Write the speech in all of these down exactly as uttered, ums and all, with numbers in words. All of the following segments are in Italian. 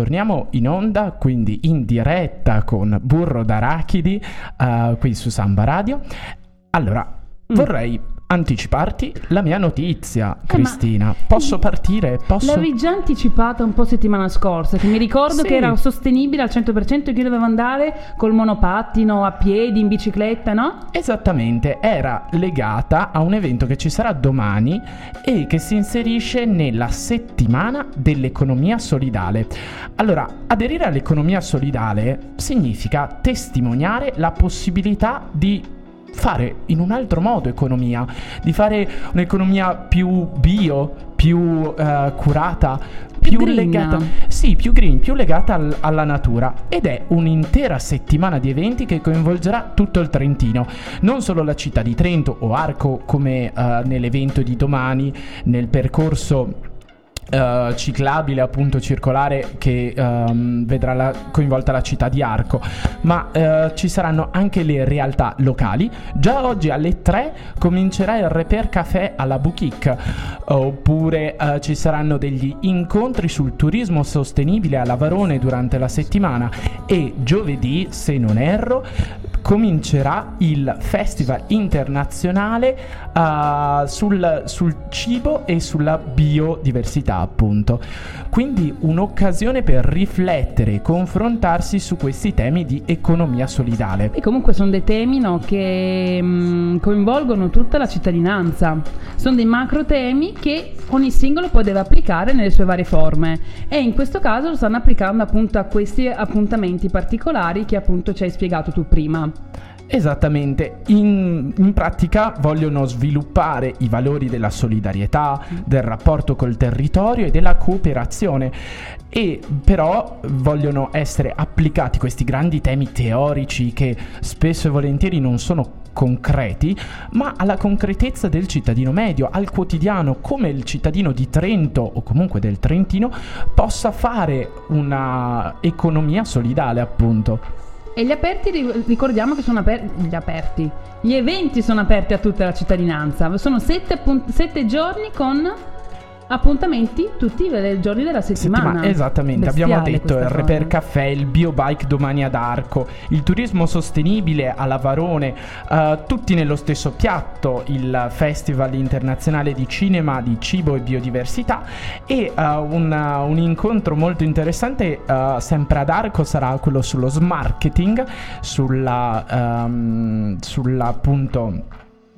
torniamo in onda, quindi in diretta con Burro d'Arachidi uh, qui su Samba Radio. Allora, mm. vorrei anticiparti la mia notizia, eh, Cristina. Posso partire? Posso? L'avevi già anticipata un po' settimana scorsa, che mi ricordo sì. che era sostenibile al cento per cento, che io dovevo andare col monopattino, a piedi, in bicicletta, no? Esattamente, era legata a un evento che ci sarà domani e che si inserisce nella settimana dell'economia solidale. Allora, aderire all'economia solidale significa testimoniare la possibilità di fare in un altro modo economia, di fare un'economia più bio, più uh, curata, più, più legata, sì, più green, più legata al, alla natura. Ed è un'intera settimana di eventi che coinvolgerà tutto il Trentino, non solo la città di Trento o Arco, come uh, nell'evento di domani, nel percorso Uh, ciclabile, appunto circolare, che um, vedrà la, coinvolta la città di Arco, ma uh, ci saranno anche le realtà locali. Già oggi alle tre comincerà il Reper Café alla Bouquique, oppure uh, ci saranno degli incontri sul turismo sostenibile a Lavarone durante la settimana, e giovedì, se non erro, comincerà il Festival internazionale uh, sul, sul cibo e sulla biodiversità, appunto. Quindi un'occasione per riflettere e confrontarsi su questi temi di economia solidale. E comunque sono dei temi, no, che mh, coinvolgono tutta la cittadinanza. Sono dei macro temi che ogni singolo poi deve applicare nelle sue varie forme, e in questo caso lo stanno applicando appunto a questi appuntamenti particolari che appunto ci hai spiegato tu prima. Esattamente, in, in pratica vogliono sviluppare i valori della solidarietà, del rapporto col territorio e della cooperazione, e però vogliono essere applicati questi grandi temi teorici che spesso e volentieri non sono concreti, ma alla concretezza del cittadino medio, al quotidiano, come il cittadino di Trento o comunque del Trentino possa fare una economia solidale, appunto. E gli aperti, ricordiamo che sono aperti, gli aperti, gli eventi sono aperti a tutta la cittadinanza. Sono sette, appunt- sette giorni con appuntamenti tutti i giorni della settimana. settimana esattamente. Bestiale, abbiamo detto il Reper cosa. Café, il Biobike domani ad Arco, il turismo sostenibile a Lavarone, uh, tutti nello stesso piatto, il Festival internazionale di cinema, di cibo e biodiversità, e uh, un, uh, un incontro molto interessante uh, sempre ad Arco sarà quello sullo smarketing, sulla um, sulla appunto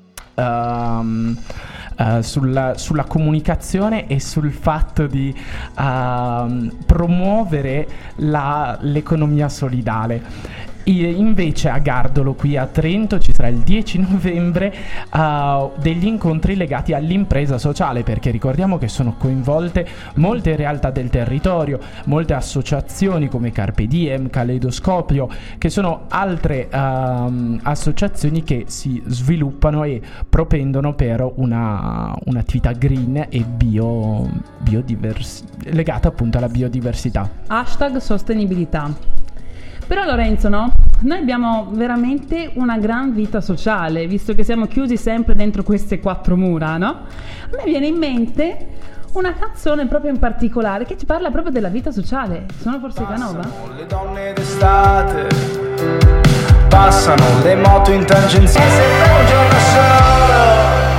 Um, uh, sulla, sulla comunicazione e sul fatto di uh, promuovere la, l'economia solidale. Invece a Gardolo, qui a Trento, ci sarà il dieci novembre uh, degli incontri legati all'impresa sociale, perché ricordiamo che sono coinvolte molte realtà del territorio, molte associazioni come Carpe Diem, Caleidoscopio, che sono altre uh, associazioni che si sviluppano e propendono per una, un'attività green e bio, biodivers- legata appunto alla biodiversità. Hashtag sostenibilità. Però Lorenzo, no? Noi abbiamo veramente una gran vita sociale, visto che siamo chiusi sempre dentro queste quattro mura, no? A me viene in mente una canzone proprio in particolare che ci parla proprio della vita sociale. Sono forse Canova? Passano le donne d'estate, passano le moto in tangenziale. E sembra un giorno solo.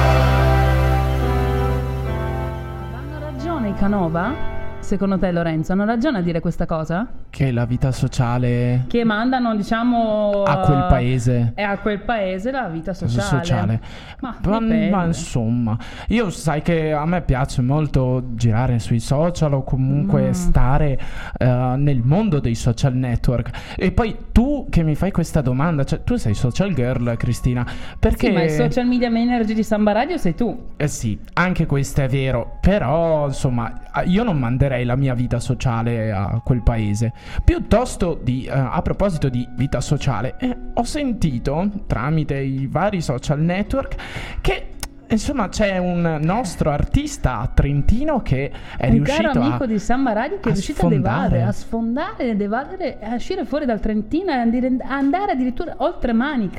Hanno ragione i Canova? Secondo te, Lorenzo, hanno ragione a dire questa cosa? Che la vita sociale che mandano, diciamo, a quel paese, è a quel paese la vita sociale, sociale. Ma, ma, ma insomma, io sai che a me piace molto girare sui social o comunque mm. stare uh, nel mondo dei social network. E poi tu che mi fai questa domanda, cioè tu sei social girl, Cristina, perché sì, ma il social media manager di Samba Radio sei tu. Eh sì, anche questo è vero, però insomma io non manderei la mia vita sociale a quel paese. Piuttosto di uh, a proposito di vita sociale, eh, ho sentito tramite i vari social network che insomma c'è un nostro artista trentino che è un riuscito caro amico a, di Samba Radio che è riuscito sfondare. a devadere, a sfondare, a devadere, a uscire fuori dal Trentino e andare addirittura oltre Manica.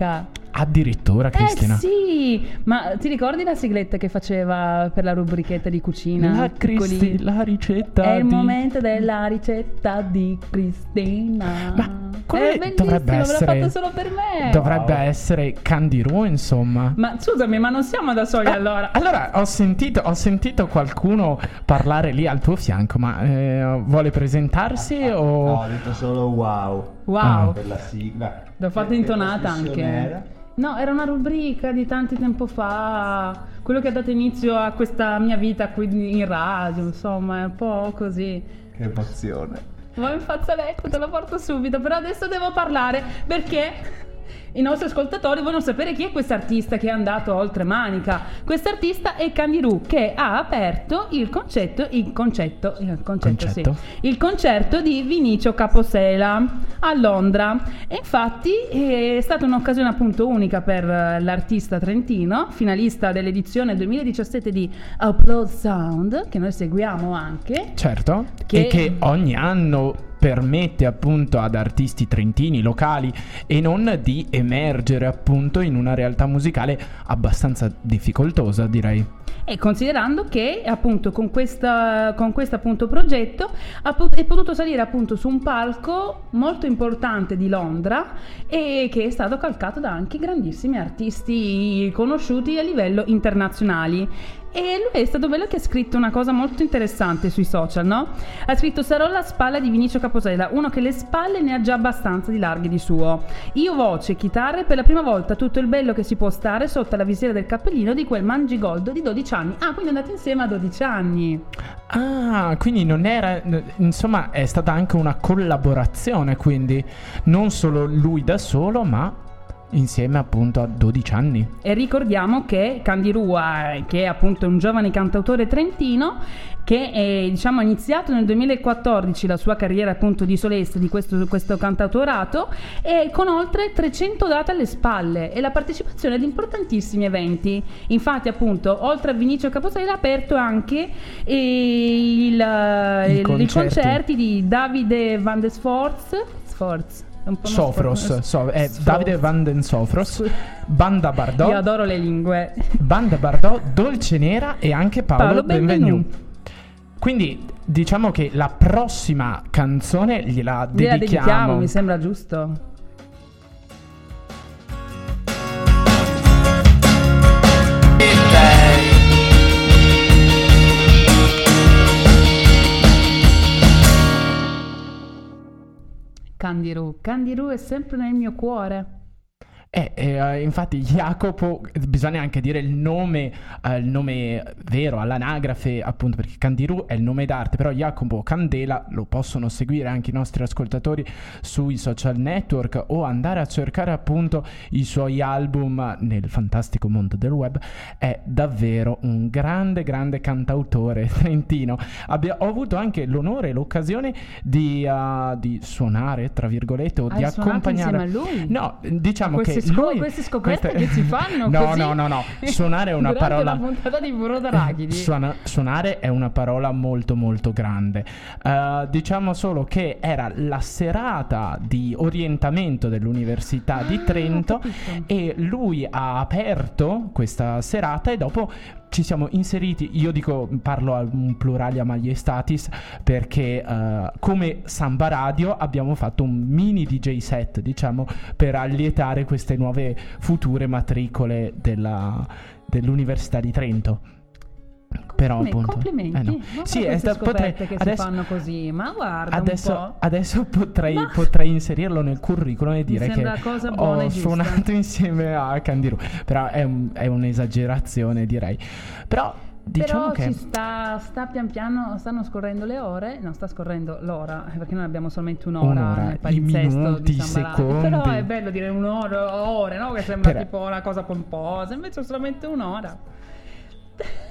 Addirittura, Cristina. Eh sì, ma ti ricordi la sigletta che faceva per la rubrichetta di cucina? La, Cristi, la ricetta È il di... momento della ricetta di Cristina. Ma come è bellissimo, dovrebbe essere? me l'ha fatto solo per me. Dovrebbe wow. essere Candirù, insomma. Ma scusami, ma non siamo da soli ah, allora? Allora, ho sentito, ho sentito qualcuno parlare lì al tuo fianco, ma eh, vuole presentarsi ah, o... No, ho detto solo wow. Wow. Ah. Per la sigla. L'ho fatta intonata anche. Era? No, era una rubrica di tanti tempo fa, quello che ha dato inizio a questa mia vita qui in radio, insomma, è un po' così. Che emozione. Vuoi un fazzoletto? Te lo porto subito, però adesso devo parlare perché i nostri ascoltatori vogliono sapere chi è quest'artista che è andato oltre Manica. Quest'artista è Candirù, che ha aperto il concetto, il concetto, il concetto, concetto. Sì, il concerto di Vinicio Caposela a Londra. E infatti è stata un'occasione appunto unica per l'artista trentino, finalista dell'edizione duemiladiciassette di Upload Sound, che noi seguiamo anche. Certo, che... e che ogni anno permette appunto ad artisti trentini locali e non di emergere appunto in una realtà musicale abbastanza difficoltosa, direi. E considerando che appunto con questa con questo appunto progetto ha pot- è potuto salire appunto su un palco molto importante di Londra e che è stato calcato da anche grandissimi artisti conosciuti a livello internazionali. E lui è stato bello che ha scritto una cosa molto interessante sui social, no? Ha scritto: sarò alla spalla di Vinicio Caposela, uno che le spalle ne ha già abbastanza di larghe di suo. Io voce, chitarre, per la prima volta tutto il bello che si può stare sotto la visiera del cappellino di quel mangigoldo di dodici anni. Ah, quindi andate insieme a dodici anni. Ah, quindi non era, insomma, è stata anche una collaborazione, quindi non solo lui da solo, ma insieme appunto a dodici anni. E ricordiamo che Candirù, che è appunto un giovane cantautore trentino, che è, diciamo, ha iniziato nel duemilaquattordici la sua carriera appunto di solista di questo, questo cantautorato, e con oltre trecento date alle spalle e la partecipazione ad importantissimi eventi. Infatti appunto oltre a Vinicio Caposela ha aperto anche eh, il, I, il, concerti. i concerti di Davide Van de Sforz Sforz Un po' Sofros, so, è Sforz. Davide Van den Sofros, Banda Bardot. Io adoro le lingue. Banda Bardot, Dolce Nera e anche Paolo, Paolo Benvenu. Benvenu. Quindi diciamo che la prossima canzone gliela dedichiamo. Gliela dedichiamo, mi sembra giusto. Candirù, Candirù è sempre nel mio cuore. Eh, eh, infatti Jacopo, bisogna anche dire il nome, eh, il nome vero all'anagrafe, appunto, perché Candirù è il nome d'arte, però Jacopo Candela lo possono seguire anche i nostri ascoltatori sui social network o andare a cercare appunto i suoi album nel fantastico mondo del web. È davvero un grande grande cantautore trentino. Abbia, ho avuto anche l'onore e l'occasione di, uh, di suonare, tra virgolette, o Hai di accompagnare. insieme a lui? No, diciamo che Queste, scop- lui, queste scoperte queste... che si fanno no, così? no, no, no. Suonare è una Durante parola. la puntata di Burro d'Arachidi. Suona... Suonare è una parola molto, molto grande. Uh, diciamo solo che era la serata di orientamento dell'Università ah, di Trento e lui ha aperto questa serata e dopo ci siamo inseriti, io dico, parlo a un plurale a maiestatis perché uh, come Samba Radio abbiamo fatto un mini D J set, diciamo, per allietare queste nuove future matricole della, dell'Università di Trento. Però appunto complimenti, eh no. non sì, queste sta, potrei, scoperte che adesso, si fanno così, ma guarda adesso, un po'. adesso potrei, Ma... potrei inserirlo nel curriculum e dire che cosa buona ho e giusta. suonato insieme a Candirù, però è, un, è un'esagerazione, direi. Però diciamo Però che ci sta, sta pian piano, stanno scorrendo le ore, non sta scorrendo l'ora, perché noi abbiamo solamente un'ora, un'ora nel i palinsesto minuti, di i Samba Radio. secondi. Però è bello dire un'ora, ore, no? Che sembra Per... tipo una cosa pomposa, invece è solamente un'ora.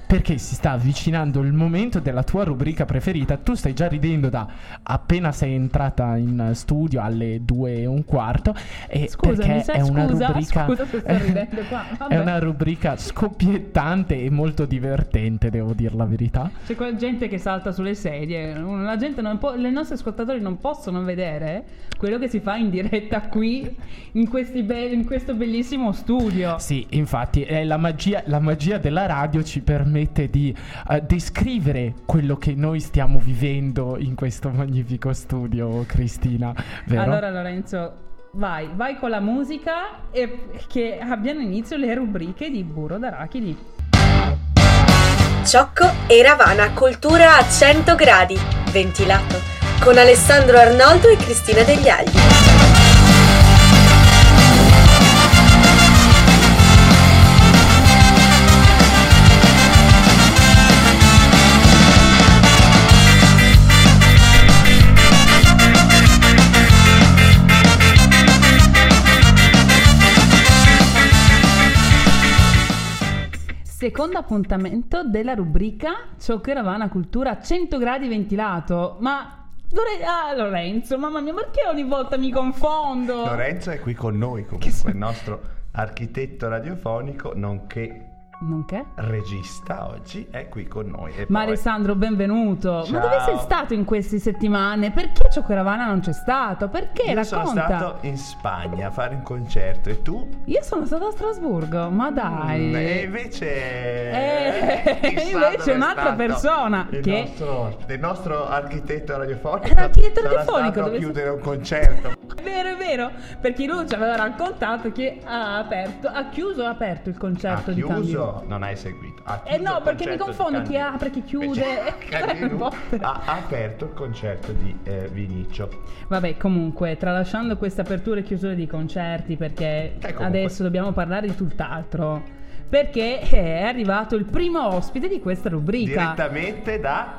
perché si sta avvicinando il momento della tua rubrica preferita. Tu stai già ridendo da appena sei entrata in studio alle due e un quarto, e Scusa, perché mi sai, è una scusa, rubrica scusa se sto ridendo qua. Vabbè. è una rubrica scoppiettante e molto divertente, devo dire la verità. C'è quella gente che salta sulle sedie. La gente non può, le nostre ascoltatori non possono vedere quello che si fa in diretta qui in, questi be- in questo bellissimo studio. Sì, infatti è la magia, la magia della radio ci permette di uh, descrivere quello che noi stiamo vivendo in questo magnifico studio, Cristina, vero? Allora Lorenzo, vai, vai con la musica e che abbiano inizio le rubriche di Burro d'Arachidi. Ciocco e Ravana, cultura a cento gradi, ventilato, con Alessandro Arnoldo e Cristina Degli Agli. Secondo appuntamento della rubrica Ciocco e Ravana, cultura a cento gradi ventilato. Ma Lore- ah, Lorenzo, mamma mia, perché ogni volta mi confondo? Lorenzo è qui con noi comunque, il nostro architetto radiofonico nonché Nonché? regista, oggi è qui con noi. E Ma poi... Alessandro, benvenuto. Ciao. Ma dove sei stato in queste settimane? Perché Ciocco e Ravana non c'è stato? Perché? Io Racconta. sono stato in Spagna a fare un concerto, e tu? Io sono stata a Strasburgo, ma dai. Mm, e invece Eh, chissà invece dove è un'altra stato persona il che- nostro, il nostro architetto radiofonico Eh, l'architetto sarà radiofonico, stato a dove- chiudere un concerto. È vero, è vero, perché lui ci aveva raccontato che ha aperto, ha chiuso o ha aperto il concerto Ha di Candido. chiuso, non hai seguito. Ha Eh chiuso no, il perché mi concerto di confondo chi Candido. apre, chi chiude. Invece Candido Un po' per- ha aperto il concerto di eh, Vinicio. Vabbè, comunque, tralasciando queste aperture e chiusure di concerti, perché comunque. adesso dobbiamo parlare di tutt'altro. Perché è arrivato il primo ospite di questa rubrica. Direttamente da...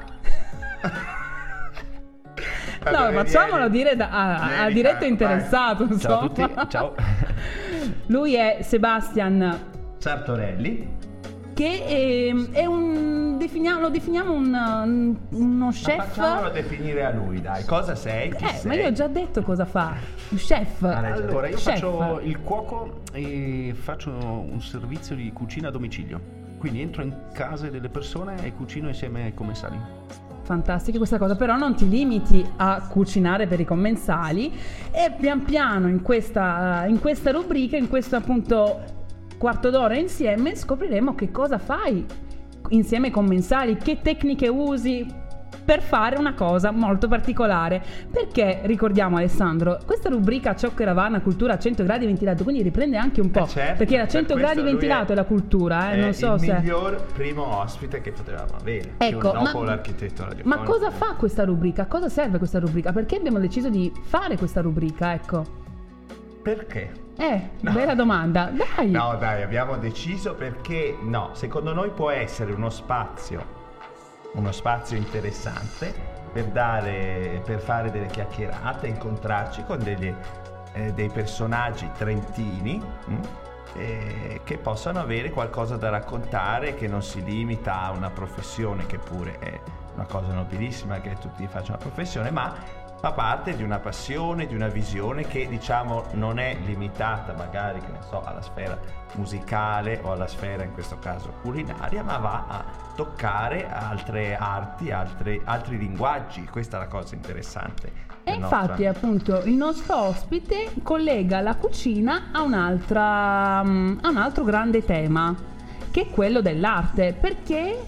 No, Vabbè, facciamolo vieni. dire da, a, a Vieni, diretto vai, interessato. vai. Ciao a insomma. tutti, ciao. Lui è Sebastian, Sartorelli. che è, è un definiamo, lo definiamo un, un- uno Ma chef. facciamolo definire a lui, dai. Cosa sei? Chi Eh, sei? ma io ho già detto cosa fa. Un chef. Ah, lei già- Allora, io Chef. faccio il cuoco e faccio un servizio di cucina a domicilio. Quindi entro in case delle persone e cucino insieme ai commensali. Fantastica questa cosa, però non ti limiti a cucinare per i commensali, e pian piano in questa, in questa rubrica, in questo appunto quarto d'ora insieme, scopriremo che cosa fai insieme ai commensali, che tecniche usi per fare una cosa molto particolare. Perché ricordiamo, Alessandro, questa rubrica Ciocco e Ravana, cultura a cento gradi ventilato, quindi riprende anche un po', Eh, certo, perché la per cento questo gradi lui ventilato è, è- la cultura, eh, È non so il se miglior primo ospite che potevamo avere. Ecco, dopo ma- l'architetto Ma radiofonico. cosa fa questa rubrica? A cosa serve questa rubrica? Perché abbiamo deciso di fare questa rubrica? Ecco. Perché? Eh, No. bella domanda. Dai. No, dai, abbiamo deciso perché, no, secondo noi può essere uno spazio, uno spazio interessante per dare, per fare delle chiacchierate, incontrarci con degli, eh, dei personaggi trentini mh, eh, che possano avere qualcosa da raccontare, che non si limita a una professione, che pure è una cosa nobilissima che tutti facciano una professione, ma fa parte di una passione, di una visione che, diciamo, non è limitata magari, che ne so, alla sfera musicale o alla sfera, in questo caso, culinaria, ma va a toccare altre arti, altre, altri linguaggi. Questa è la cosa interessante. E del nostro infatti, ambito. appunto, il nostro ospite collega la cucina a un'altra, mm, a un altro grande tema, che è quello dell'arte, perché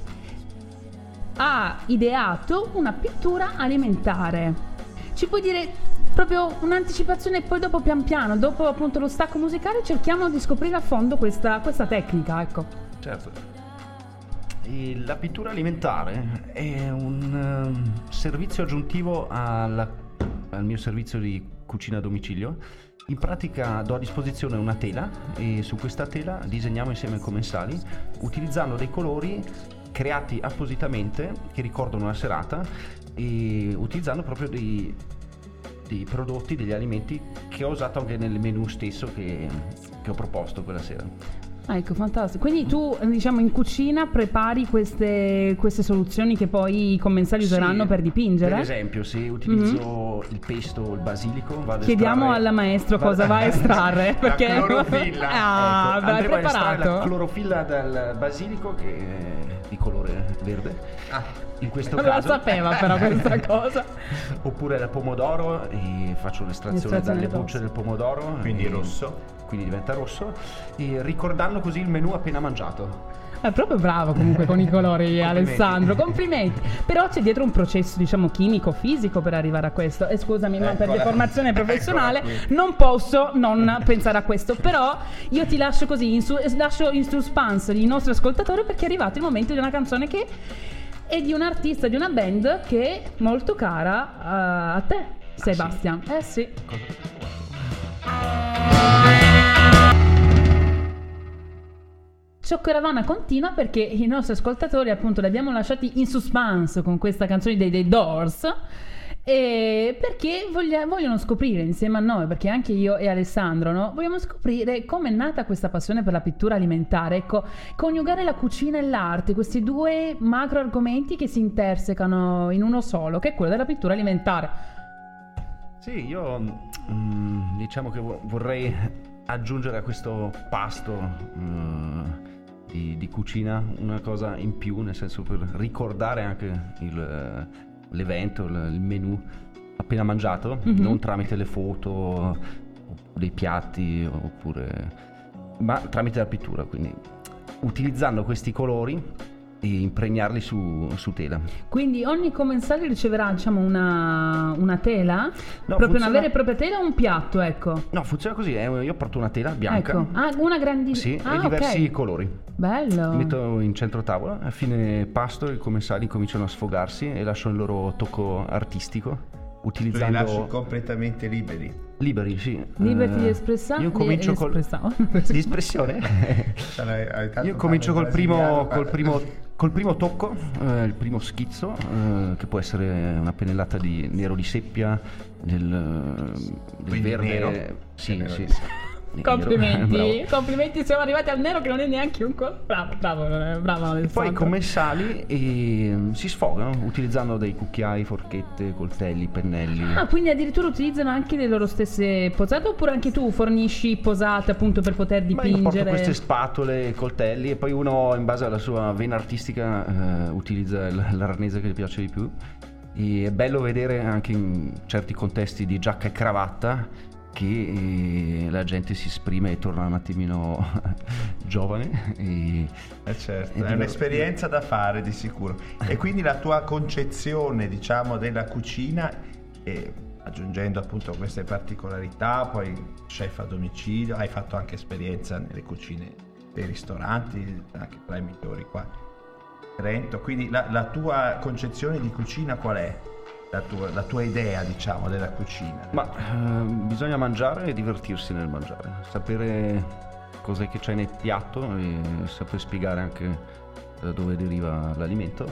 ha ideato una pittura alimentare. Ci puoi dire proprio un'anticipazione, e poi dopo pian piano, dopo appunto lo stacco musicale, cerchiamo di scoprire a fondo questa, questa tecnica, ecco. Certo. E la pittura alimentare è un ehm, servizio aggiuntivo alla- al mio servizio di cucina a domicilio. In pratica do a disposizione una tela e su questa tela disegniamo insieme ai commensali utilizzando dei colori creati appositamente che ricordano una serata e utilizzando proprio dei, dei prodotti, degli alimenti che ho usato anche nel menù stesso che, che ho proposto quella sera. Ah, ecco, fantastico. Quindi tu, diciamo, in cucina prepari queste, queste soluzioni che poi i commensali useranno Sì, per dipingere? Per esempio, se utilizzo il pesto o il basilico, vado a Chiediamo estrarre- alla maestro vado- cosa va a estrarre. Perché... La clorofilla. Ah, Ecco, vai andremo a estrarre la preparato. clorofilla dal basilico, che è di colore verde. Ah, In questo Non la caso. sapeva però questa cosa. Oppure il pomodoro, e faccio l'estrazione L'estrazione dalle del bucce del pomodoro. quindi e- rosso. Quindi diventa rosso. E ricordando così il menù appena mangiato. È proprio bravo comunque con i colori, Alessandro. Complimenti. Però c'è dietro un processo, diciamo, chimico, fisico per arrivare a questo. E scusami, ma per Eccola. deformazione professionale Eccola qui. non posso non pensare a questo. Però io ti lascio così, in su- lascio in suspense i nostri ascoltatori, perché è arrivato il momento di una canzone che è di un artista, di una band che è molto cara uh, a te, Sebastian. Eh sì. Cioccoravana continua perché i nostri ascoltatori, appunto, li abbiamo lasciati in suspense con questa canzone dei, dei Doors, e perché voglia- vogliono scoprire insieme a noi, perché anche io e Alessandro, no? Vogliamo scoprire come è nata questa passione per la pittura alimentare, ecco, coniugare la cucina e l'arte, questi due macro argomenti che si intersecano in uno solo, che è quello della pittura alimentare. Sì, io mm, diciamo che vo- vorrei aggiungere a questo pasto mm, di, di cucina una cosa in più, nel senso per ricordare anche il, l'evento, il, il menù appena mangiato, Mhm. non tramite le foto dei piatti, oppure ma tramite la pittura, quindi utilizzando questi colori e impregnarli su, su tela. Quindi ogni commensale riceverà, diciamo, una, una tela? No, Proprio funziona- una vera e propria tela o un piatto, ecco? No, funziona così, eh, io porto una tela bianca. Ecco. Ah, una grande... Sì, ah, e diversi ok. colori. Bello. Metto in centro tavola, a fine pasto i commensali cominciano a sfogarsi e lasciano il loro tocco artistico, Tu li utilizzando lasci completamente liberi. liberi, sì. Liberty Eh, di espressa- Io comincio di col espressa- di espressione. Cioè, hai- hai tanto Io comincio parlo col primo, brasiliano, col ma- primo, col primo tocco, eh, il primo schizzo, eh, che può essere una pennellata di nero di seppia, del, del Quindi verde. nero? Sì, Nero sì. di seppia. Nero. Complimenti, Bravo. complimenti, siamo arrivati al nero che non è neanche un colpo. Bravo, bravo, bravo Alessandro. Poi i commensali e si sfogano utilizzando dei cucchiai, forchette, coltelli, pennelli. Ah, quindi addirittura utilizzano anche le loro stesse posate, oppure anche tu fornisci posate appunto per poter Ma io porto dipingere? queste spatole, coltelli, e poi uno in base alla sua vena artistica eh, utilizza il- l'arnese che gli piace di più. E è bello vedere anche in certi contesti di giacca e cravatta che eh, la gente si esprime e torna un attimino giovane. E, Eh certo, È è divertente. un'esperienza da fare di sicuro. E quindi la tua concezione, diciamo, della cucina, eh, aggiungendo appunto queste particolarità, poi chef a domicilio, hai fatto anche esperienza nelle cucine dei ristoranti, anche tra i migliori qua in Trento. Quindi la, la tua concezione di cucina qual è? La tua, la tua idea, diciamo, della cucina? ma eh, bisogna mangiare e divertirsi nel mangiare, sapere cos'è che c'è nel piatto e saper spiegare anche da dove deriva l'alimento.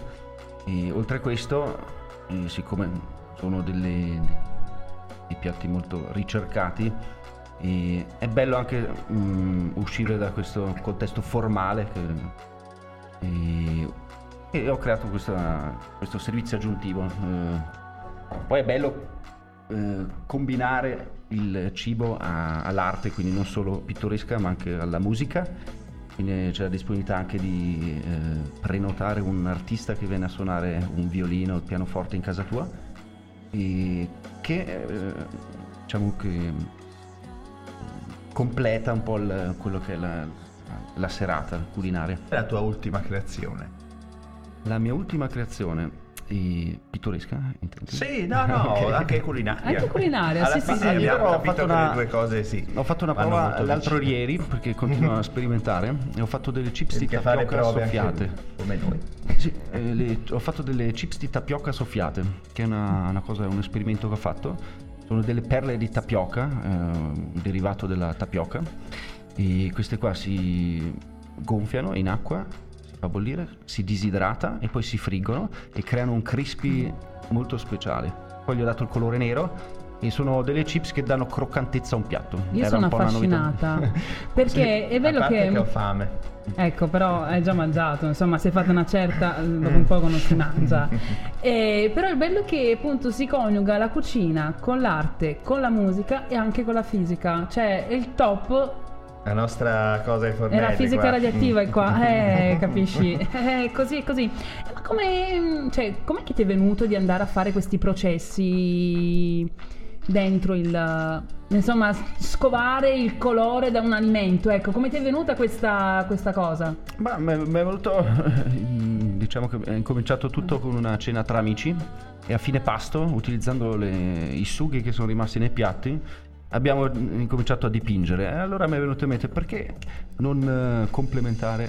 E oltre a questo, eh, siccome sono delle, dei piatti molto ricercati, e è bello anche mm, uscire da questo contesto formale che, e, e ho creato questa- questo servizio aggiuntivo. eh. Poi è bello eh, combinare il cibo a- all'arte, quindi non solo pittoresca ma anche alla musica, quindi c'è la disponibilità anche di eh, prenotare un artista che viene a suonare un violino o il pianoforte in casa tua, e che eh, diciamo che completa un po' il- quello che è la, la serata culinaria. Qual è la tua ultima creazione? La mia ultima creazione è pittoresca, intendi? Sì, no, no, Ok. anche culinaria. Anche culinaria, Alla sì, sì, fine sì. abbiamo Però ho capito fatto che una- le due cose sì. Ho fatto una vanno prova molto l'altro vicine. ieri, perché continuo a sperimentare, e ho fatto delle chips di Perché fare tapioca prove anche soffiate. come noi. Sì, eh, le- ho fatto delle chips di tapioca soffiate, che è una, una cosa, un esperimento che ho fatto. Sono delle perle di tapioca, eh, un derivato della tapioca, e queste qua si gonfiano in acqua, si fa bollire, si disidrata e poi si friggono e creano un crispy molto speciale. Poi gli ho dato il colore nero E sono delle chips che danno croccantezza a un piatto. Io Era sono un po' una novità. affascinata perché è A bello parte che, che ho fame. ecco, però hai già mangiato, insomma, sei fatta una certa, dopo un po' non si mangia. E, però il bello è che appunto si coniuga la cucina con l'arte, con la musica e anche con la fisica. Cioè è il top. La nostra cosa ai fornelli. È la fisica qua. radioattiva è qua, eh, capisci? Eh, così, così. Ma come, cioè, com'è che ti è venuto di andare a fare questi processi dentro il, insomma, scovare il colore da un alimento? Ecco, come ti è venuta questa, questa cosa? Ma mi è venuto, diciamo che è incominciato tutto con una cena tra amici e a fine pasto, utilizzando le, i sughi che sono rimasti nei piatti, abbiamo incominciato a dipingere. E allora mi è venuto in mente, perché non eh, complementare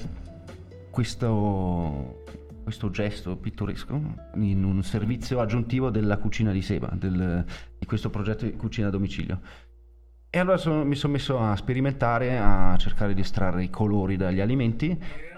questo, questo gesto pittoresco in un servizio aggiuntivo della cucina di Seba, del, di questo progetto di cucina a domicilio. E allora sono, mi sono messo a sperimentare, a cercare di estrarre i colori dagli alimenti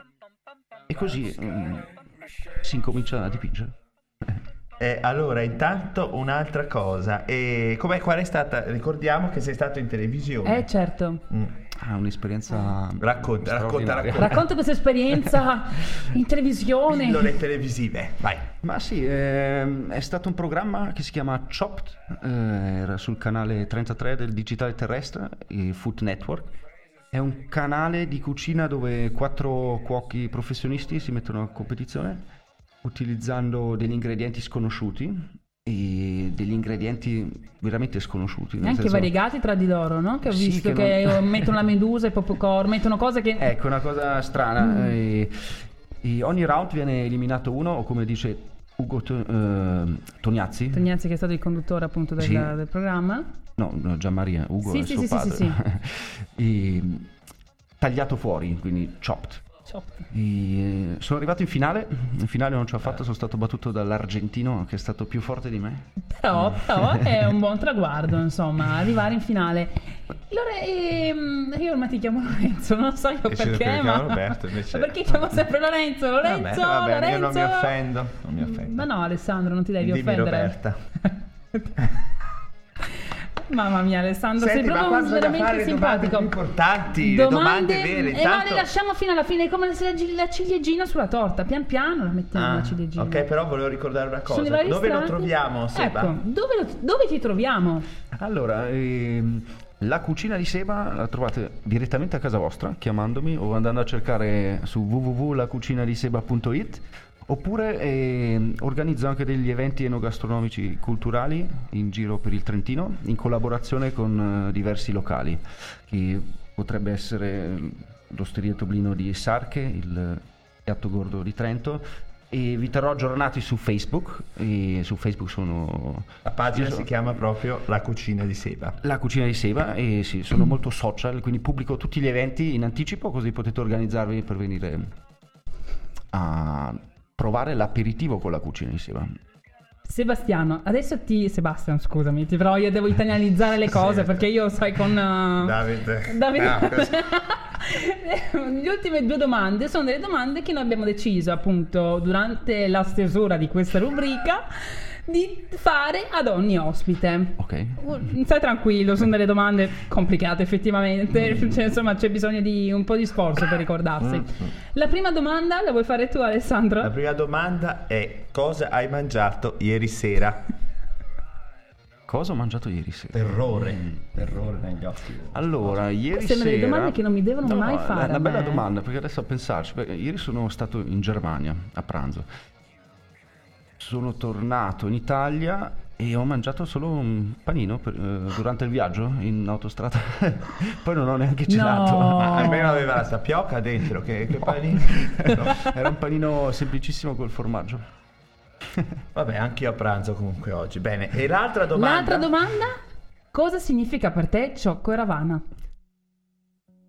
e così mm, si incomincia a dipingere. Eh, allora, intanto un'altra cosa. E com'è, qual è stata? Ricordiamo che sei stato in televisione. Eh, certo. Mm. Ah, un'esperienza Racconta, racconta, straordinaria. racconta. Racconta questa esperienza in televisione. Pillole televisive, vai. Ma sì, ehm, è stato un programma che si chiama Chopped, eh, era sul canale trentatré del Digitale Terrestre, il Food Network. È un canale di cucina dove quattro cuochi professionisti si mettono a competizione utilizzando degli ingredienti sconosciuti e degli ingredienti veramente sconosciuti. E nel anche senso- variegati tra di loro, no? Che ho Sì, visto che che, non- mettono la medusa, i popcorn, mettono cose che... Ecco, una cosa strana. Mm. E, e ogni round viene eliminato uno, o come dice Ugo To- eh, Tognazzi. Tognazzi, che è stato il conduttore appunto del, Sì. del programma. No, no, Gianmaria, Ugo Sì, è sì, suo sì, sì, padre. sì, E, tagliato fuori, quindi chopped. E, eh, sono arrivato in finale, in finale non ce l'ho fatta, sono stato battuto dall'argentino che è stato più forte di me. Però, però è un buon traguardo, insomma, arrivare in finale. Allora, ehm, io ormai ti chiamo Lorenzo, non so io E ci perché, chiamo ma... Roberto, invece- ma perché chiamo sempre Lorenzo? Lorenzo, Vabbè, va bene, Lorenzo. io non mi offendo, non mi offendo. Ma no, Alessandro, non ti devi Dimmi offendere. Roberta. Mamma mia, Alessandro, Senti, sei ma proprio qua bisogna veramente fare le domande simpatico. più importanti, le domande vere. Eh, ma Intanto... le lasciamo fino alla fine, come se la, gi- la ciliegina sulla torta. Pian piano la mettiamo Ah, la ciliegina. ok, però volevo ricordare una Ci sono i cosa. vari Dove lo strati? troviamo, Seba? Ecco, dove, lo- dove ti troviamo? Allora, ehm, la cucina di Seba la trovate direttamente a casa vostra, chiamandomi o andando a cercare su w w w punto la cucina di seba punto i t. Oppure eh, organizzo anche degli eventi enogastronomici culturali in giro per il Trentino in collaborazione con eh, diversi locali, che potrebbe essere l'Osteria Toblino di Sarche, il Piatto Gordo di Trento, e vi terrò aggiornati su Facebook. E su Facebook sono La pagina io so- si chiama proprio La Cucina di Seba. La Cucina di Seba, e sì, sono molto social, quindi pubblico tutti gli eventi in anticipo, così potete organizzarvi per venire a provare l'aperitivo con la Cucina di Seba. Sebastiano, adesso ti... Sebastian, scusami, ti- però io devo italianizzare le cose Sì. perché io sai con... uh, Davide. Davide. Ah, questo- Le ultime due domande sono delle domande che noi abbiamo deciso appunto durante la stesura di questa rubrica di fare ad ogni ospite. Ok. Uh, Stai tranquillo, sono delle domande complicate effettivamente, cioè, insomma c'è bisogno di un po' di sforzo per ricordarsi. La prima domanda la vuoi fare tu, Alessandro? La prima domanda è: cosa hai mangiato ieri sera? Cosa ho mangiato ieri sera? Terrore, terrore negli occhi. Allora, ieri Sembrano sera... delle domande che non mi devono No, mai è fare una a bella me. domanda, perché adesso a pensarci, perché ieri sono stato in Germania a pranzo. Sono tornato in Italia e ho mangiato solo un panino per- eh, durante il viaggio in autostrada. Poi non ho neanche cenato. No. Ma almeno aveva la tapioca dentro, che, che panino. Era un panino semplicissimo col formaggio. Vabbè, anche io a pranzo comunque oggi. Bene, e l'altra domanda? L'altra domanda? Cosa significa per te Ciocco e Ravana? Beh,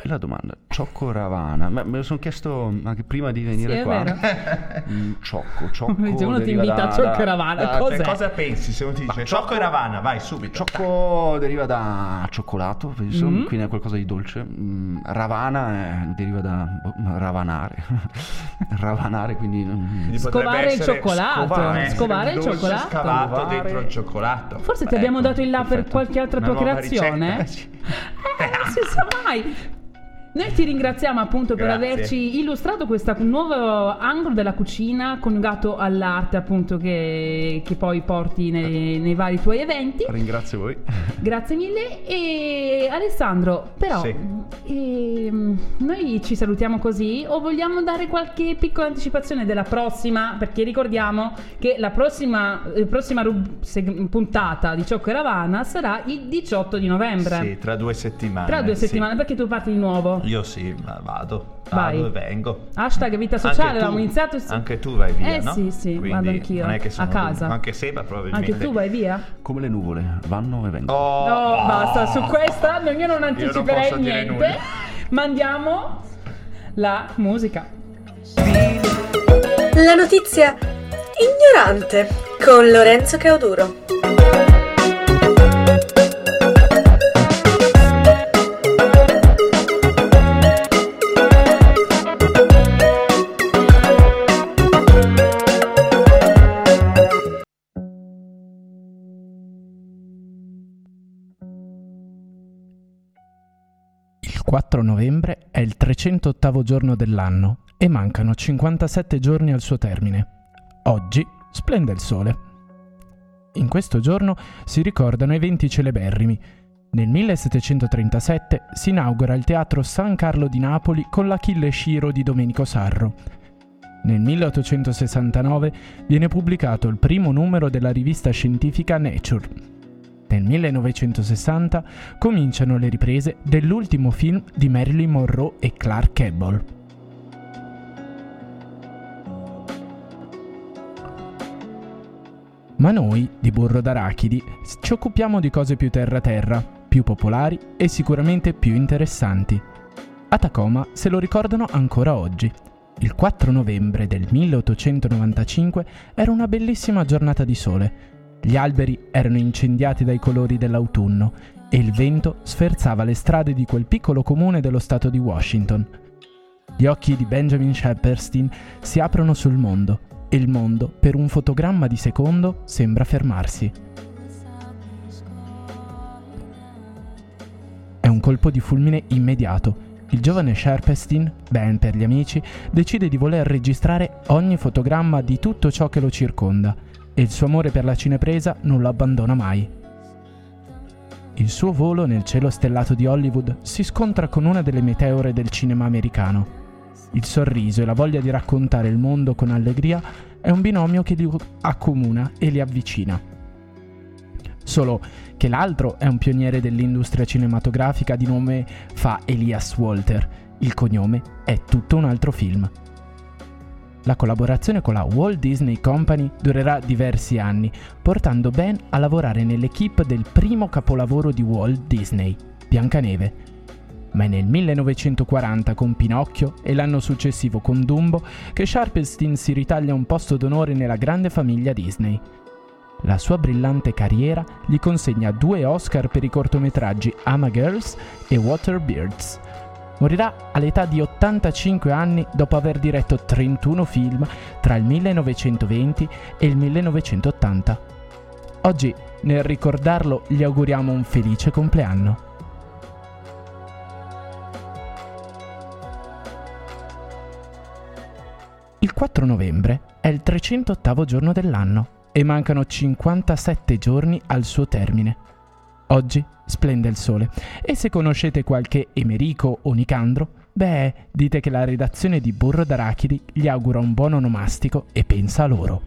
Bella domanda. Ciocco Ravana. Ma me lo sono chiesto anche prima di venire Sì, è qua. vero. Mm, ciocco, ciocco. Dice, uno ti deriva invita da- a Ciocco da- Ravana. da- Cos'è? Cosa pensi se uno ti dice Ma Ciocco ciocco- e Ravana? Vai subito. Ciocco deriva da cioccolato, penso, Mm. quindi è qualcosa di dolce. Mm, Ravana è- deriva da boh, ravanare. ravanare, quindi... mm, Quindi Scovare potrebbe il essere cioccolato, scovare, essere scovare un il dolce cioccolato. scavato Scovare. dentro il cioccolato. Forse ti abbiamo Ecco, dato il là per perfetto. qualche altra Una nuova procreazione. ricetta, sì. Eh, non si sa mai. Noi ti ringraziamo appunto per Grazie. averci illustrato questo nuovo angolo della cucina coniugato all'arte appunto che, che poi porti nei, nei vari tuoi eventi. Ringrazio voi. Grazie mille. E Alessandro, però Sì. ehm, noi ci salutiamo così o vogliamo dare qualche piccola anticipazione della prossima? Perché ricordiamo che la prossima, eh, prossima rub- seg- puntata di Ciocco e Ravana sarà il diciotto di novembre. Sì, tra due settimane. Tra due sì. settimane, perché tu parti di nuovo. Io sì, ma vado. Vai. Vado e vengo. Hashtag vita sociale, Anche tu- avevamo iniziato. Anche tu vai via, Eh no? sì, sì, Quindi vado anch'io. non è che sono a casa. Anche se, ma probabilmente. Anche tu vai via? Come le nuvole, vanno e vengono. Oh, No, oh. basta, su questa non- io non non anticiperei posso dire niente. nulla. Mandiamo la musica. La notizia ignorante con Lorenzo Cauduro. Il quattro novembre è il trecentottavo giorno dell'anno e mancano cinquantasette giorni al suo termine. Oggi splende il sole. In questo giorno si ricordano eventi celeberrimi. Nel millesettecentotrentasette si inaugura il Teatro San Carlo di Napoli con l'Achille Sciro di Domenico Sarro. Nel milleottocentosessantanove viene pubblicato il primo numero della rivista scientifica Nature. Nel millenovecentosessanta cominciano le riprese dell'ultimo film di Marilyn Monroe e Clark Gable. Ma noi, di Burro d'Arachidi, ci occupiamo di cose più terra-terra, più popolari e sicuramente più interessanti. A Tacoma se lo ricordano ancora oggi. Il quattro novembre del milleottocentonovantacinque era una bellissima giornata di sole. Gli alberi erano incendiati dai colori dell'autunno e il vento sferzava le strade di quel piccolo comune dello stato di Washington. Gli occhi di Benjamin Shepperstein si aprono sul mondo e il mondo, per un fotogramma di secondo, sembra fermarsi. È un colpo di fulmine immediato. Il giovane Shepperstein, Ben per gli amici, decide di voler registrare ogni fotogramma di tutto ciò che lo circonda e il suo amore per la cinepresa non lo abbandona mai. Il suo volo nel cielo stellato di Hollywood si scontra con una delle meteore del cinema americano. Il sorriso e la voglia di raccontare il mondo con allegria è un binomio che li accomuna e li avvicina. Solo che l'altro è un pioniere dell'industria cinematografica di nome fa Elias Walter. Il cognome è tutto un altro film. La collaborazione con la Walt Disney Company durerà diversi anni, portando Ben a lavorare nell'equipe del primo capolavoro di Walt Disney, Biancaneve. Ma è nel millenovecentoquaranta con Pinocchio e l'anno successivo con Dumbo che Shepperstein si ritaglia un posto d'onore nella grande famiglia Disney. La sua brillante carriera gli consegna due Oscar per i cortometraggi Ama Girls e Waterbirds. Morirà all'età di ottantacinque anni dopo aver diretto trentuno film tra il millenovecentoventi e il millenovecentottanta. Oggi, nel ricordarlo, gli auguriamo un felice compleanno. Il quattro novembre è il trecentottavo giorno dell'anno e mancano cinquantasette giorni al suo termine. Oggi splende il sole e se conoscete qualche Emerico o Nicandro, beh, dite che la redazione di Burro d'Arachidi gli augura un buon onomastico e pensa a loro.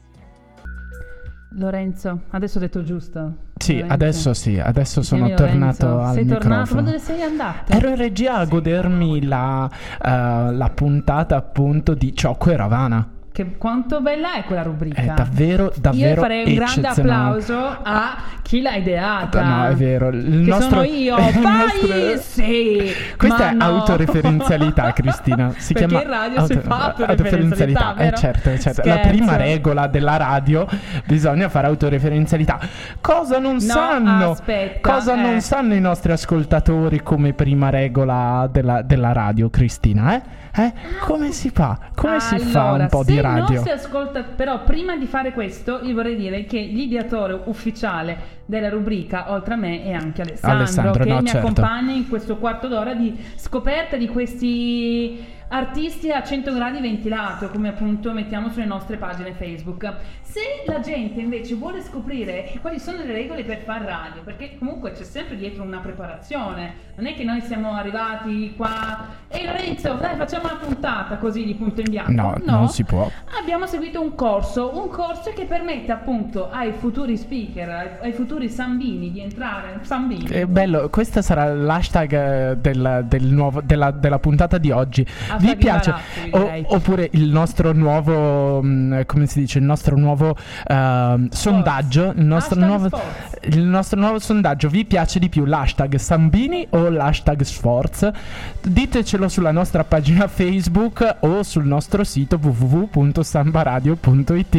Lorenzo, adesso ho detto giusto. Sì, Lorenzo. adesso sì, adesso Ti sono chiami tornato Lorenzo? al Sei tornato? microfono. Ma dove sei andato? Ero in regia a godermi la, eh, la puntata appunto di Ciocco e Ravana. Che che quanto bella è quella rubrica. È davvero, davvero Io farei un grande eccezionale. applauso a chi l'ha ideata. No, è vero. Il che nostro, sono io. il Vai, nostro- sì. Questa Ma è no. autoreferenzialità, Cristina. Si Perché chiama in radio si fa autoreferenzialità, Eh vero? certo, certo. La Scherzo. prima regola della radio, bisogna fare autoreferenzialità. Cosa non No, sanno? aspetta, cosa eh. non sanno i nostri ascoltatori come prima regola della, della radio, Cristina? Eh? Eh? Come si fa? Come si fa Allora, un po' se di radio? non si ascolta, però prima di fare questo io vorrei dire che l'ideatore ufficiale della rubrica oltre a me è anche Alessandro, Alessandro, che no, mi certo. accompagna in questo quarto d'ora di scoperta di questi artisti a cento gradi ventilato, come appunto mettiamo sulle nostre pagine Facebook. Se la gente invece vuole scoprire quali sono le regole per far radio, perché comunque c'è sempre dietro una preparazione, non è che noi siamo arrivati qua e Lorenzo dai facciamo una puntata così di punto in bianco. No, non si può. Abbiamo seguito un corso, un corso che permette appunto ai futuri speaker, ai, ai futuri sambini di entrare, sambini. È bello, questo sarà l'hashtag eh, del, del nuovo, della, della puntata di oggi. Vi Hashtag piace? imbarazzo, O- direi. oppure il nostro nuovo, mh, come si dice, il nostro nuovo ehm, sondaggio, il nostro Hashtag nuovo, Sforz. il nostro nuovo sondaggio. Vi piace di più l'hashtag Sambini o l'hashtag Sforz? Ditecelo sulla nostra pagina Facebook o sul nostro sito w w w punto sambaradio punto i t.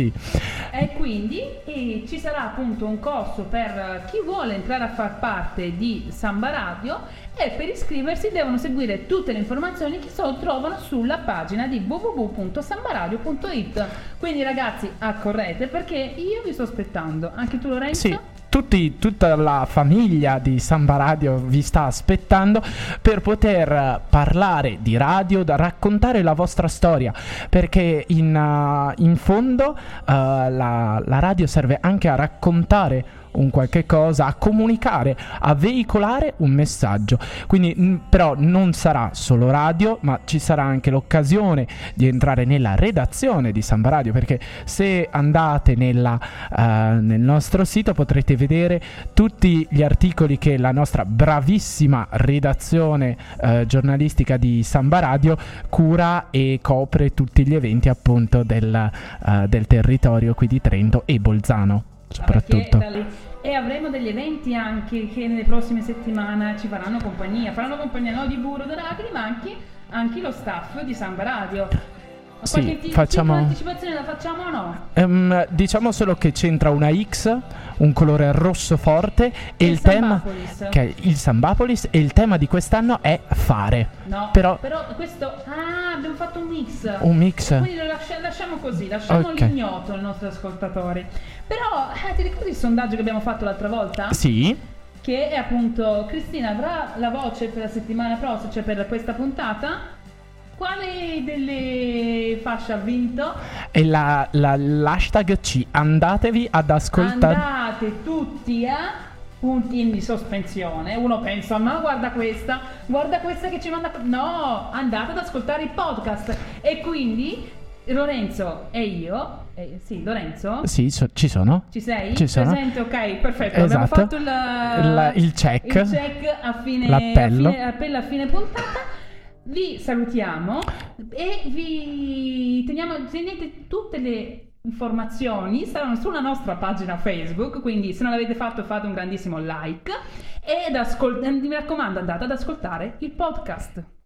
E quindi e ci sarà appunto un corso per chi vuole entrare a far parte di Samba Radio, e per iscriversi devono seguire tutte le informazioni che so, trovano sulla pagina di w w w punto sambaradio punto i t. Quindi ragazzi accorrete, perché io vi sto aspettando. Anche tu Lorenzo? Sì, tutti, tutta la famiglia di Samba Radio vi sta aspettando per poter eh, parlare di radio, da raccontare la vostra storia, perché in, uh, in fondo uh, la, la radio serve anche a raccontare un qualche cosa, a comunicare, a veicolare un messaggio. Quindi mh, però non sarà solo radio, ma ci sarà anche l'occasione di entrare nella redazione di Samba Radio, perché se andate nella, uh, nel nostro sito potrete vedere tutti gli articoli che la nostra bravissima redazione uh, giornalistica di Samba Radio cura e copre tutti gli eventi appunto del, uh, del territorio qui di Trento e Bolzano soprattutto. Perché da lì- E avremo degli eventi anche che nelle prossime settimane ci faranno compagnia. Faranno compagnia no di Burro d'Arachidi, ma anche, anche lo staff di Samba Radio. Ma Sì, qualche ti- facciamo- piccola anticipazione la facciamo o no? Ehm, diciamo solo che c'entra una X, un colore rosso forte e il, Il tema Sambapolis. che è il Sambapolis, e il tema di quest'anno è fare. No, Però questo... Ah, abbiamo fatto un mix. un mix. Quindi lo lascia- lasciamo così, lasciamo Ok. l'ignoto ai nostri ascoltatori. Però, eh, ti ricordi il sondaggio che abbiamo fatto l'altra volta? Sì, Che è appunto, Cristina avrà la voce per la settimana prossima, cioè per questa puntata. Quale delle fasce ha vinto? e la, la- l'hashtag C, andatevi ad ascoltare. Andate tutti a punti di sospensione. Uno pensa, ma guarda questa, guarda questa che ci manda... No, andate ad ascoltare il podcast. E quindi Lorenzo e io, eh, sì, Lorenzo, Sì, so- ci sono. ci sei? Ci sono. Presente, ok, perfetto. Abbiamo Esatto. fatto il, Il- il check. il check a fine, L'appello. a fine, appello a fine puntata. Vi salutiamo e vi teniamo, tenete tutte le informazioni, saranno sulla nostra pagina Facebook, quindi se non l'avete fatto fate un grandissimo like ed ascol- mi raccomando andate ad ascoltare il podcast.